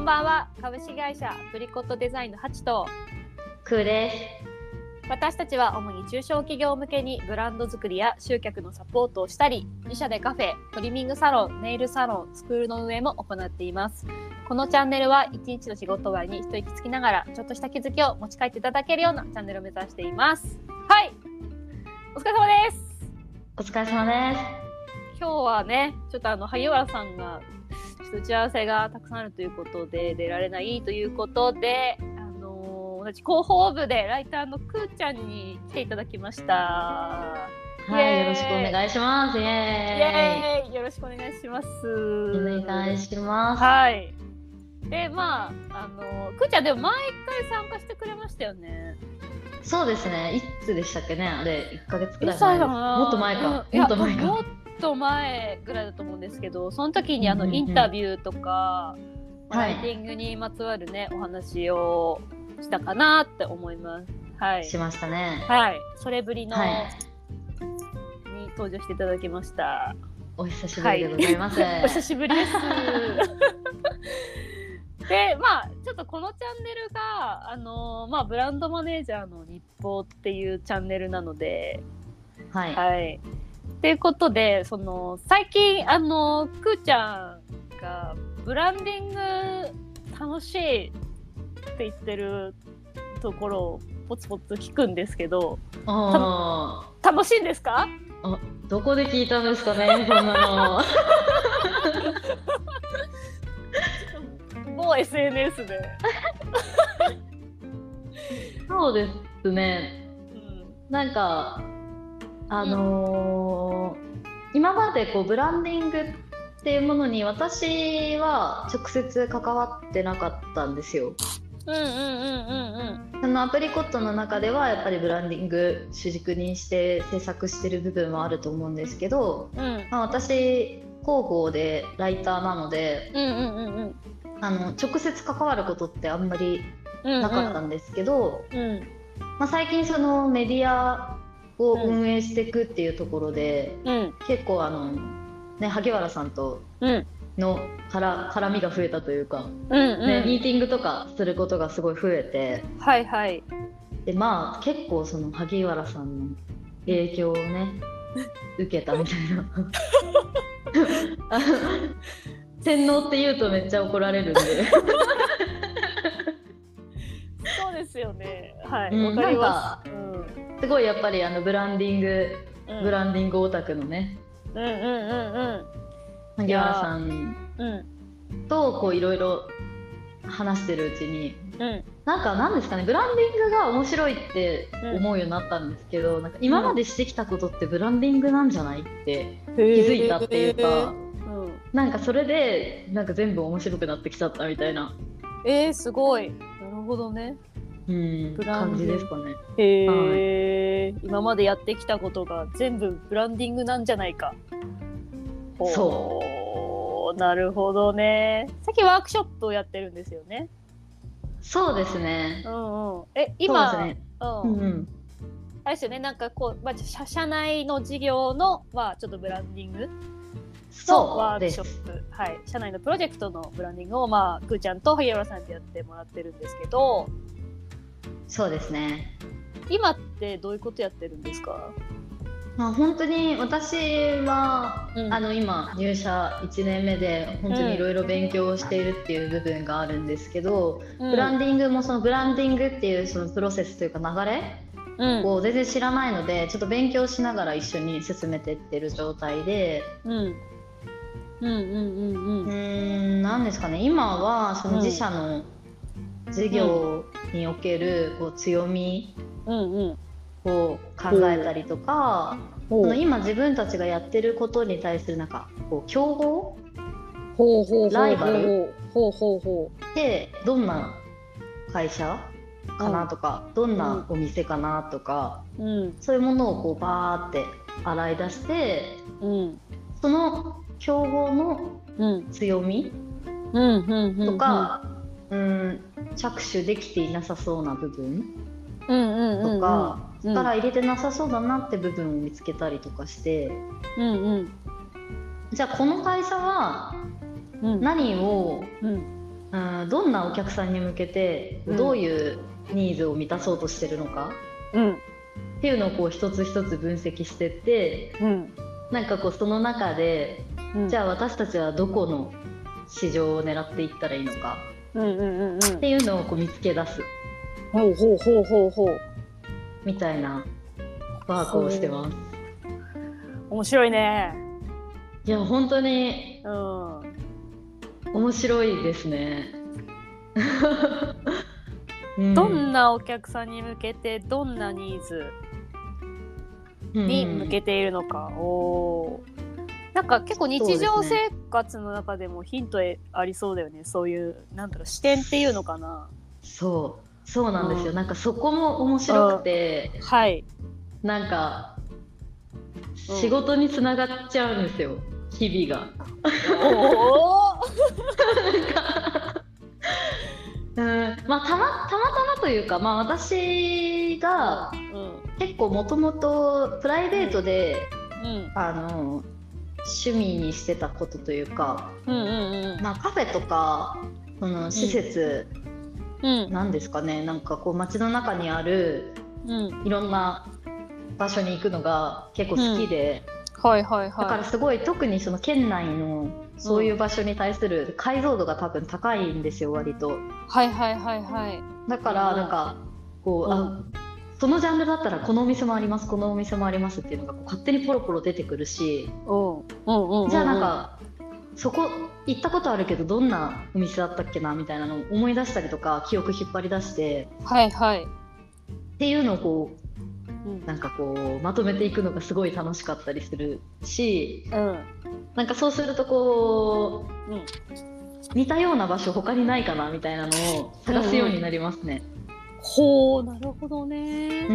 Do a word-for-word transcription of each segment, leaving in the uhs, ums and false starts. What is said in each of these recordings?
ばんは。株式会社プリコットデザインのハチとクーです。 私たちは主に中小企業向けにブランド作りや集客のサポートをしたり、自社でカフェ、トリミングサロン、ネイルサロン、スクールの運営も行っています。このチャンネルは一日の仕事終わりに一息つきながらちょっとした気づきを持ち帰っていただけるようなチャンネルを目指しています。はい、お疲れ様です。 お疲れ様です。 今日はね、ちょっとあの萩原さんがちょっと打ち合わせがたくさんあるということで出られないということで、同じ広報部でライターのくーちゃんに来ていただきました。 はい、よろしくお願いします。イエーイ。 イエーイ、よろしくお願いします。 お願いします。 はい。で、まああのくーちゃんでも毎回参加してくれましたよね。 そうですね。いつでしたっけね。あれいっかげつくらい前。もっと前か。 うん、 もっと前か。 もっと前ぐらいだと思うんですけど、その時にあの、うんうんうん、インタビューとか、ライティングにまつわるね、お話をしたかなって思います。はい。 しましたね。 はい。それぶりの、 はい、 に登場していただきました。 お久しぶりでございます。 はい、お久しぶりです。で、まあちょっとこのチャンネルがあのまあブランドマネージャーの日報っていうチャンネルなので、 はい。 はい。っていうことで、その最近あのくーちゃんがブランディング楽しいって言ってるところをポツポツ聞くんですけど、 あ楽しいんですか？ あ、どこで聞いたんですかね、そんなの。某 エスエヌエス で。 そうですね。うん、なんかあのーうん、今までこうブランディングっていうものに私は直接関わってなかったんですよ。 うんうんうんうんうん、 そのアプリコットの中ではやっぱりブランディング主軸にして制作してる部分はあると思うんですけど、うん、まあ、私広報でライターなので、うんうんうんうん、あの直接関わることってあんまりなかったんですけど、うんうん、まあ、最近そのメディアを運営していくっていうところで、うん、結構あの、ね、萩原さんとのから絡みが増えたというか、うんうん、ね、ミーティングとかすることがすごい増えて、 はいはい、 でまあ結構その萩原さんの影響をね受けたみたいな洗脳って言うとめっちゃ怒られるんでそうですよね、はい、 うん、 わかります。 なんか、うん、すごいやっぱりあのブランディング、うん、ブランディングオタクのね、うんうんうんうん萩原さんとこういろいろ話してるうちに、うん、なんかなんですかね、ブランディングが面白いって思うようになったんですけど、うん、なんか今までしてきたことってブランディングなんじゃないって気づいたっていうか、うん、なんかそれでなんか全部面白くなってきちゃったみたいな。 えー、すごい。なるほどね。 うん、感じですかね。 へー、はい、今までやってきたことが全部ブランディングなんじゃないか。そう、なるほどね。さっきワークショップをやってるんですよね。 そうですね。 うんうん。え、今、 そうですね。うんうん、 あれですよね。なんかこう、まあ、社, 社内の事業の、まあ、ちょっとブランディングのワークショップ、はい、社内のプロジェクトのブランディングを、まあ、くーちゃんと萩原さんでやってもらってるんですけど。 そうですね。 今ってどういうことやってるんですか？ まあ、本当に私は、うん、あの今入社いちねんめで本当にいろいろ勉強をしているっていう部分があるんですけど、うん、ブランディングもそのブランディングっていうそのプロセスというか流れを全然知らないので、うん、ちょっと勉強しながら一緒に進めていってる状態で、うんうんうんうんうん、うーん、なんですかね、今はその自社の事業におけるこう強み、うんうんを考えたりとか、その今自分たちがやってることに対するなんかこう競合、 ほうほうライバルほうほうほうでどんな会社かなとか、うん、どんなお店かなとか、うん、そういうものをこうバーって洗い出して、うん、その競合の強みとか、うん、着手できていなさそうな部分とか、力入れてなさそうだなって部分を見つけたりとかして、うんうん、じゃあこの会社は何を、うん、ううん、どんなお客さんに向けてどういうニーズを満たそうとしてるのか、うん、っていうのをこう一つ一つ分析してって、うん、なんかこうその中で、うん、じゃあ私たちはどこの市場を狙っていったらいいのか、うんうんうんうん、っていうのをこう見つけ出す、ほうほうほうほうほうみたいなワークをしてます。 面白いね。 いや本当に、うん、面白いですね。 うん、どんなお客さんに向けてどんなニーズに向けているのか、うん、おなんか結構日常生活の中でもヒントありそうだよね。そういうなんだろう視点っていうのかな。 そうそうなんですよ、うん、なんかそこも面白くて、 うん、はい、なんか仕事につながっちゃうんですよ、うん、日々が。おうん、まあたまたまたまというか、まあ、私が結構もともとプライベートで、うん、あの趣味にしてたことというか、うんうんうん、まあ、カフェとかその施設、うん、なんですかね、なんかこう街の中にある、うん、いろんな場所に行くのが結構好きで、うん、はいはいはい、だからすごい特にその県内のそういう場所に対する解像度が多分高いんですよ、割と。 はいはいはいはい。 だからなんかこう、うん、あそのジャンルだったらこのお店もありますこのお店もありますっていうのがこう勝手にポロポロ出てくるし、うんうんうん、じゃあなんかそこ行ったことあるけどどんなお店だったっけなみたいなのを思い出したりとか記憶引っ張り出して、 はいはい、 っていうのをこう、うん、なんかこうまとめていくのがすごい楽しかったりするし、うん、なんかそうするとこう、うん、似たような場所他にないかなみたいなのを探すようになりますね。うんうん、 ほう、なるほどね。うん。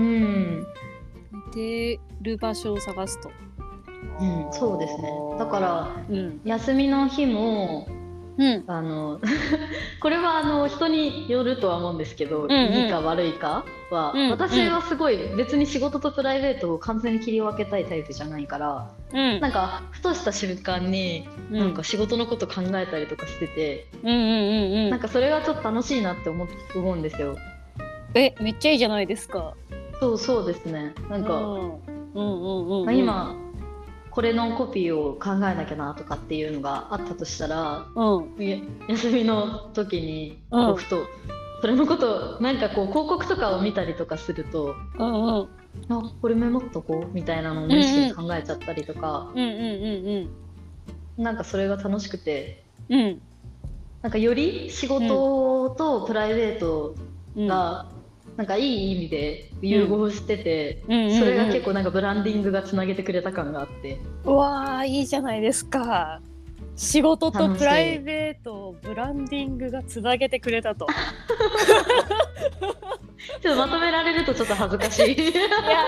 似てる場所を探すと。 うん、そうですね。だから、うん、休みの日も、うん、あのこれはあの人によるとは思うんですけど、うんうん、いいか悪いかは、うんうん、私はすごい別に仕事とプライベートを完全に切り分けたいタイプじゃないから、うん、なんかふとした瞬間に、うん、なんか仕事のこと考えたりとかしてて、うんうんうんうん、なんかそれがちょっと楽しいなって思思うんですよ。 え、めっちゃいいじゃないですか。 そうそうですね。なんか、うんうんうんうん、まあ、今これのコピーを考えなきゃなとかっていうのがあったとしたら、うん、休みの時にこうふと、うん、それのことなんかこう広告とかを見たりとかすると、うんうん、あこれメモっとこうみたいなのを無意識に考えちゃったりとか、うんうんうんうん、なんかそれが楽しくて、うん、なんかより仕事とプライベートが、うんなんかいい意味で融合してて、うん、それが結構なんかブランディングがつなげてくれた感があって、 うわーいいじゃないですか。仕事とプライベートをブランディングがつなげてくれたとちょっとまとめられるとちょっと恥ずかしいいやい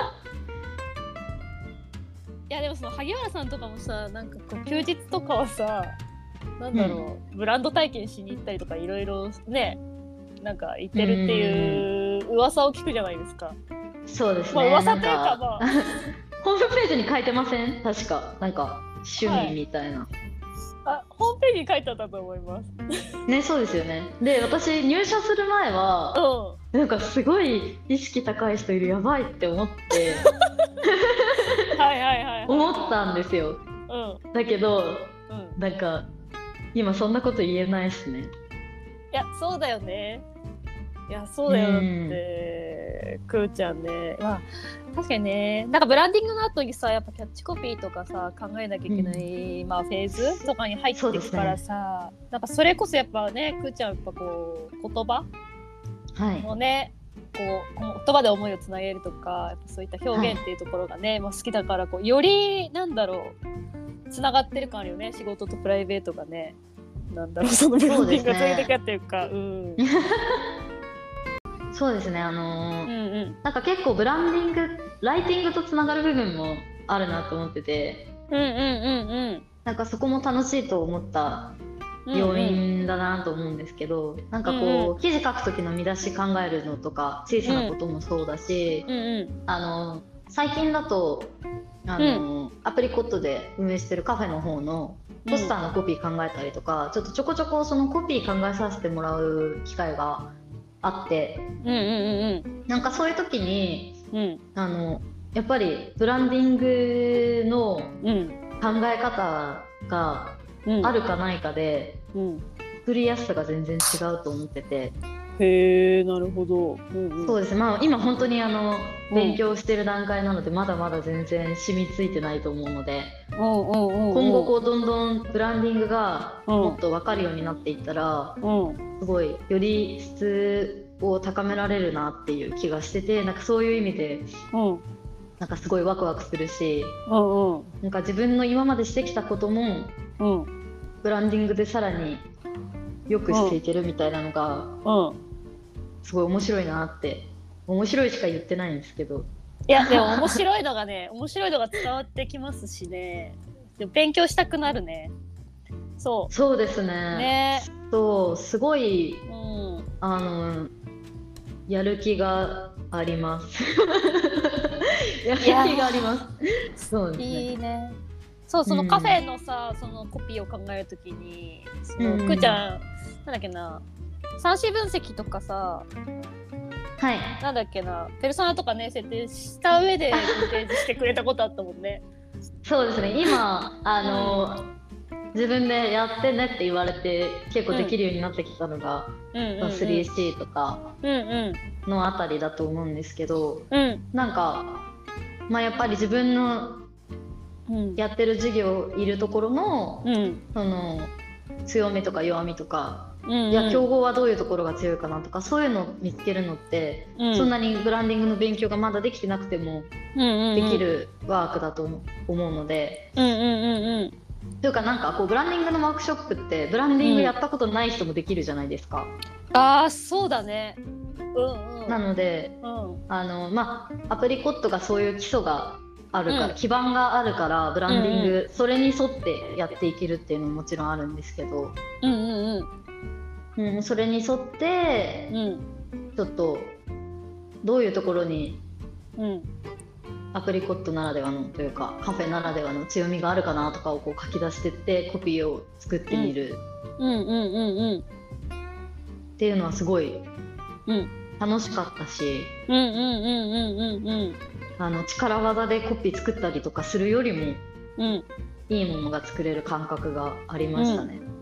やでもその萩原さんとかもさなんかこう休日とかはさなんだろう、うん、ブランド体験しに行ったりとかいろいろねなんか言ってるっていう噂を聞くじゃないですか。 そうですね。 まあ、噂というかまあホームページに書いてません？確かなんか趣味みたいな。はい、 あ、ホームページに書いてあったと思います。 ね、そうですよね。で、私入社する前は、うん、なんかすごい意識高い人いるやばいって思ってはいはいはい、はい、 思ったんですよ。うん、だけど、うん、なんか今そんなこと言えないしね。 いや、そうだよね。いや、そうだよって、くーちゃんね。まあ、確かにね、なんかブランディングの後にさ、やっぱキャッチコピーとかさ、考えなきゃいけない、うん、まあ、フェーズとかに入っていくからさ、ね、なんかそれこそやっぱね、くーちゃんやっぱこう、言葉のね、はい、こう、言葉で思いをつなげるとか、やっぱそういった表現っていうところがね、はい、もう好きだから、こう、より、なんだろう、つながってる感あるよね、仕事とプライベートがね。なんだろう、そのブランディングがついてくっていうか、うん。 そうですね、あのーうんうん、なんか結構ブランディングライティングとつながる部分もあるなと思ってて、うんうんうんうん、なんかそこも楽しいと思った要因だなと思うんですけど、うんうん、なんかこう、うんうん、記事書く時の見出し考えるのとか小さなこともそうだし、うんうん、あの最近だとあの、うん、アプリコットで運営してるカフェの方のポスターのコピー考えたりとか、うん、ちょっとちょこちょこそのコピー考えさせてもらう機会があって、うんうんうんうん、なんかそういう時に、うん、あのやっぱりブランディングの考え方があるかないかで、うん、作りやすさが全然違うと思ってて。 へー、なるほど、 うんうん、そうです、まあ、今本当にあの勉強してる段階なので、まだまだ全然染みついてないと思うので、うんうんうんうん、今後こうどんどんブランディングがもっと分かるようになっていったら、うん、すごいより質を高められるなっていう気がしてて、なんかそういう意味で、うん、なんかすごいワクワクするし、うんうん、なんか自分の今までしてきたことも、うん、ブランディングでさらによくしていけるみたいなのが、うん、すごい面白いなって。面白いしか言ってないんですけど、 いやでも面白いのがね面白いのが伝わってきますしね、でも勉強したくなるね。そうそうですね。ね、そうすごい、うん、あのやる気がありますやる気があります。そうですね。 いいね。そうそのカフェのさ、うん、そのコピーを考えるときに、その、うん、くーちゃんなんだっけな、三子分析とかさ、はい、なんだっけな、ペルソナとかね設定した上で提示してくれたことあったもんね。 そうですね。今あの、うん、自分でやってねって言われて結構できるようになってきたのが、うん、スリーシー とかのあたりだと思うんですけど、うん、なんか、まあ、やっぱり自分のやってる授業いるところの、うん、その強みとか弱みとか、うんうん、いや競合はどういうところが強いかなとか、そういうのを見つけるのって、うん、そんなにブランディングの勉強がまだできてなくてもできるワークだと思うので、うんうんうんうん、というかなんかこうブランディングのワークショップってブランディングやったことない人もできるじゃないですか、 うん、ああそうだね、うんうん、 なので、うん、あのまあアプリコットがそういう基礎があるから、うん、基盤があるからブランディング、うんうん、それに沿ってやっていけるっていうのももちろんあるんですけど、うんうんうんうん、それに沿って、うん、ちょっとどういうところに、うん、アプリコットならではのというかカフェならではの強みがあるかなとかをこう書き出してってコピーを作ってみるっていうのはすごい楽しかったし、力技でコピー作ったりとかするよりも、うん、いいものが作れる感覚がありましたね、うん、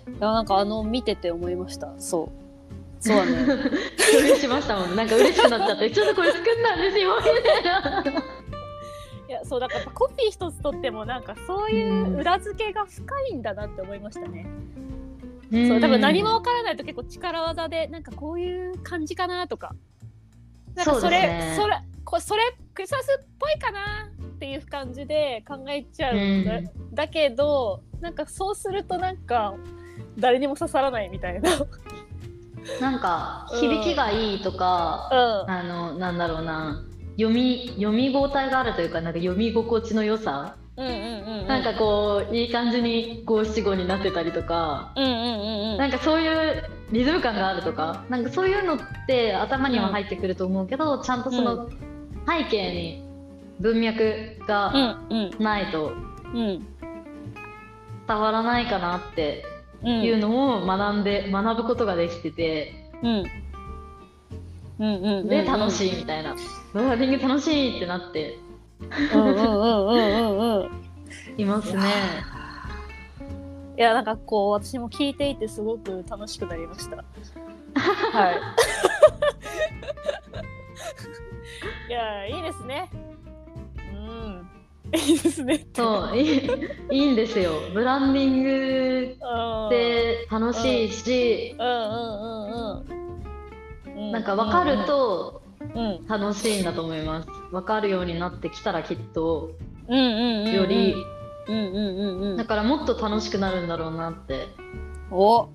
いやなんかあの見てて思いました。そうそうだねそれしましたもん。なんか嬉しくなっちゃってちょっとこれ作ったんですよみたいな。 いやそうだからコピー一つとってもなんかそういう裏付けが深いんだなって思いましたね、うん、そう多分何も分からないと結構力技でなんかこういう感じかなとか、なんかそれ、そうですね、それこそれクリスマスっぽいかなっていう感じで考えちゃうんだ、うん、だけどなんかそうするとなんか誰にも刺さらないみたいななんか響きがいいとか、うん、あのなんだろうな、読み読み応えがあるというか、なんか読み心地の良さ、うんうんうんうん、なんかこういい感じに五七五になってたりとか、うんうんうんうん、なんかそういうリズム感があるとか、なんかそういうのって頭には入ってくると思うけど、うん、ちゃんとその背景に文脈がないと伝わらないかなっていうのを学んで学ぶことができてて、うんうんうんうん、で楽しいみたいな、ブランディング楽しいってなっていますね。 いやなんかこう私も聞いていてすごく楽しくなりましたはいいやいいですね、うんいいですね。 そういい、いいんですよ。ブランディングって楽しいし、なんか分かると楽しいんだと思います。分かるようになってきたらきっとより、だからもっと楽しくなるんだろうなって思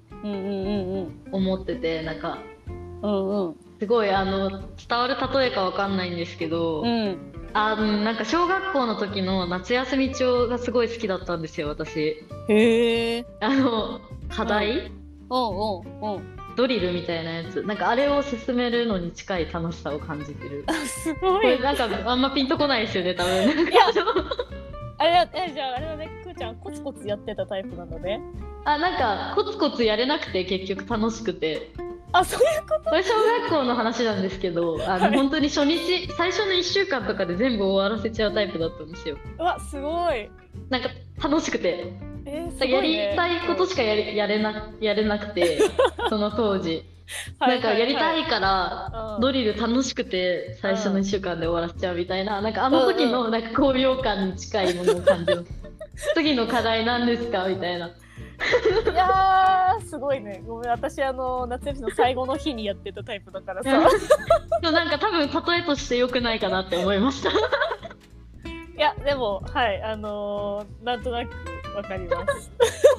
ってて、なんか、うんうん、すごいあの伝わる例えか分かんないんですけど、うんあなんか小学校の時の夏休み帳がすごい好きだったんですよ私。へえ。あの課題、うん、 ドリルみたいなやつ、なんかあれを進めるのに近い楽しさを感じてる。 すごい。 これなんかあんまピンとこないですよね、多分。いやあれだ、えじゃああれだね、くーちゃんコツコツやってたタイプなのね。 あ、なんかコツコツやれなくて結局楽しくて。 あ、そういうこと。 これ小学校の話なんですけど、あの、はい、本当に初日最初のいっしゅうかんとかで全部終わらせちゃうタイプだったんですよ。 うわ、すごい。 なんか楽しくて、 えーすごいね、 やりたいことしかやれ、やれな、やれなくてその当時なんかやりたいからドリル楽しくて最初のいっしゅうかんで終わらせちゃうみたいな、なんかあの時のなんか高揚感に近いものを感じます。次の課題なんですかみたいな。 いやーすごいね。ごめん、私あの夏休みの最後の日にやってたタイプだからさ。 なんか多分例えとして良くないかなって思いました。 いやでもはいあのー、なんとなくわかります。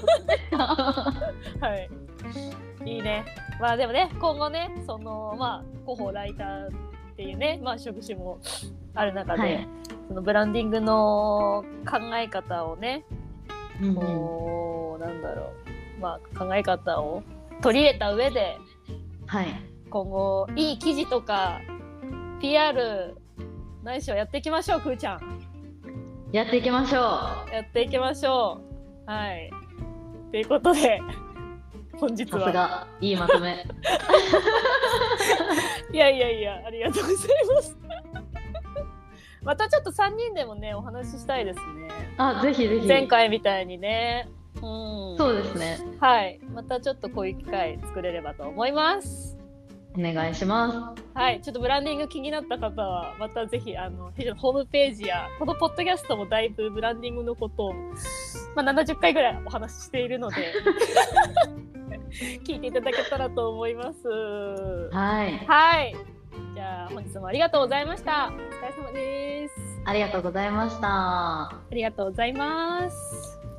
はい、いいね。まあでもね、今後ね、そのまあ広報ライターっていうね、まあ職種もある中で、はい、そのブランディングの考え方をね、うんうん、こうなんだろう、まあ考え方を取り入れた上で、はい、今後いい記事とか ピーアール ないしはやっていきましょう。くーちゃん。 やっていきましょう。 やっていきましょう。はい。ということで。本日はさすがいいまとめ。 いやいやいや、ありがとうございます。またちょっとさんにんでもねお話ししたいですね。 あ、ぜひぜひ。 前回みたいにね。 うん、そうですね。 はい、またちょっとこういう機会作れればと思います。 お願いします。 はい、ちょっとブランディング気になった方はまたぜひあのホームページやこのポッドキャストもだいぶブランディングのことを、まあ、ななじゅっかいぐらいお話ししているので聞いていただけたらと思います。 はい。 はい。じゃあ本日もありがとうございました。お疲れ様です。 ありがとうございました。 ありがとうございます。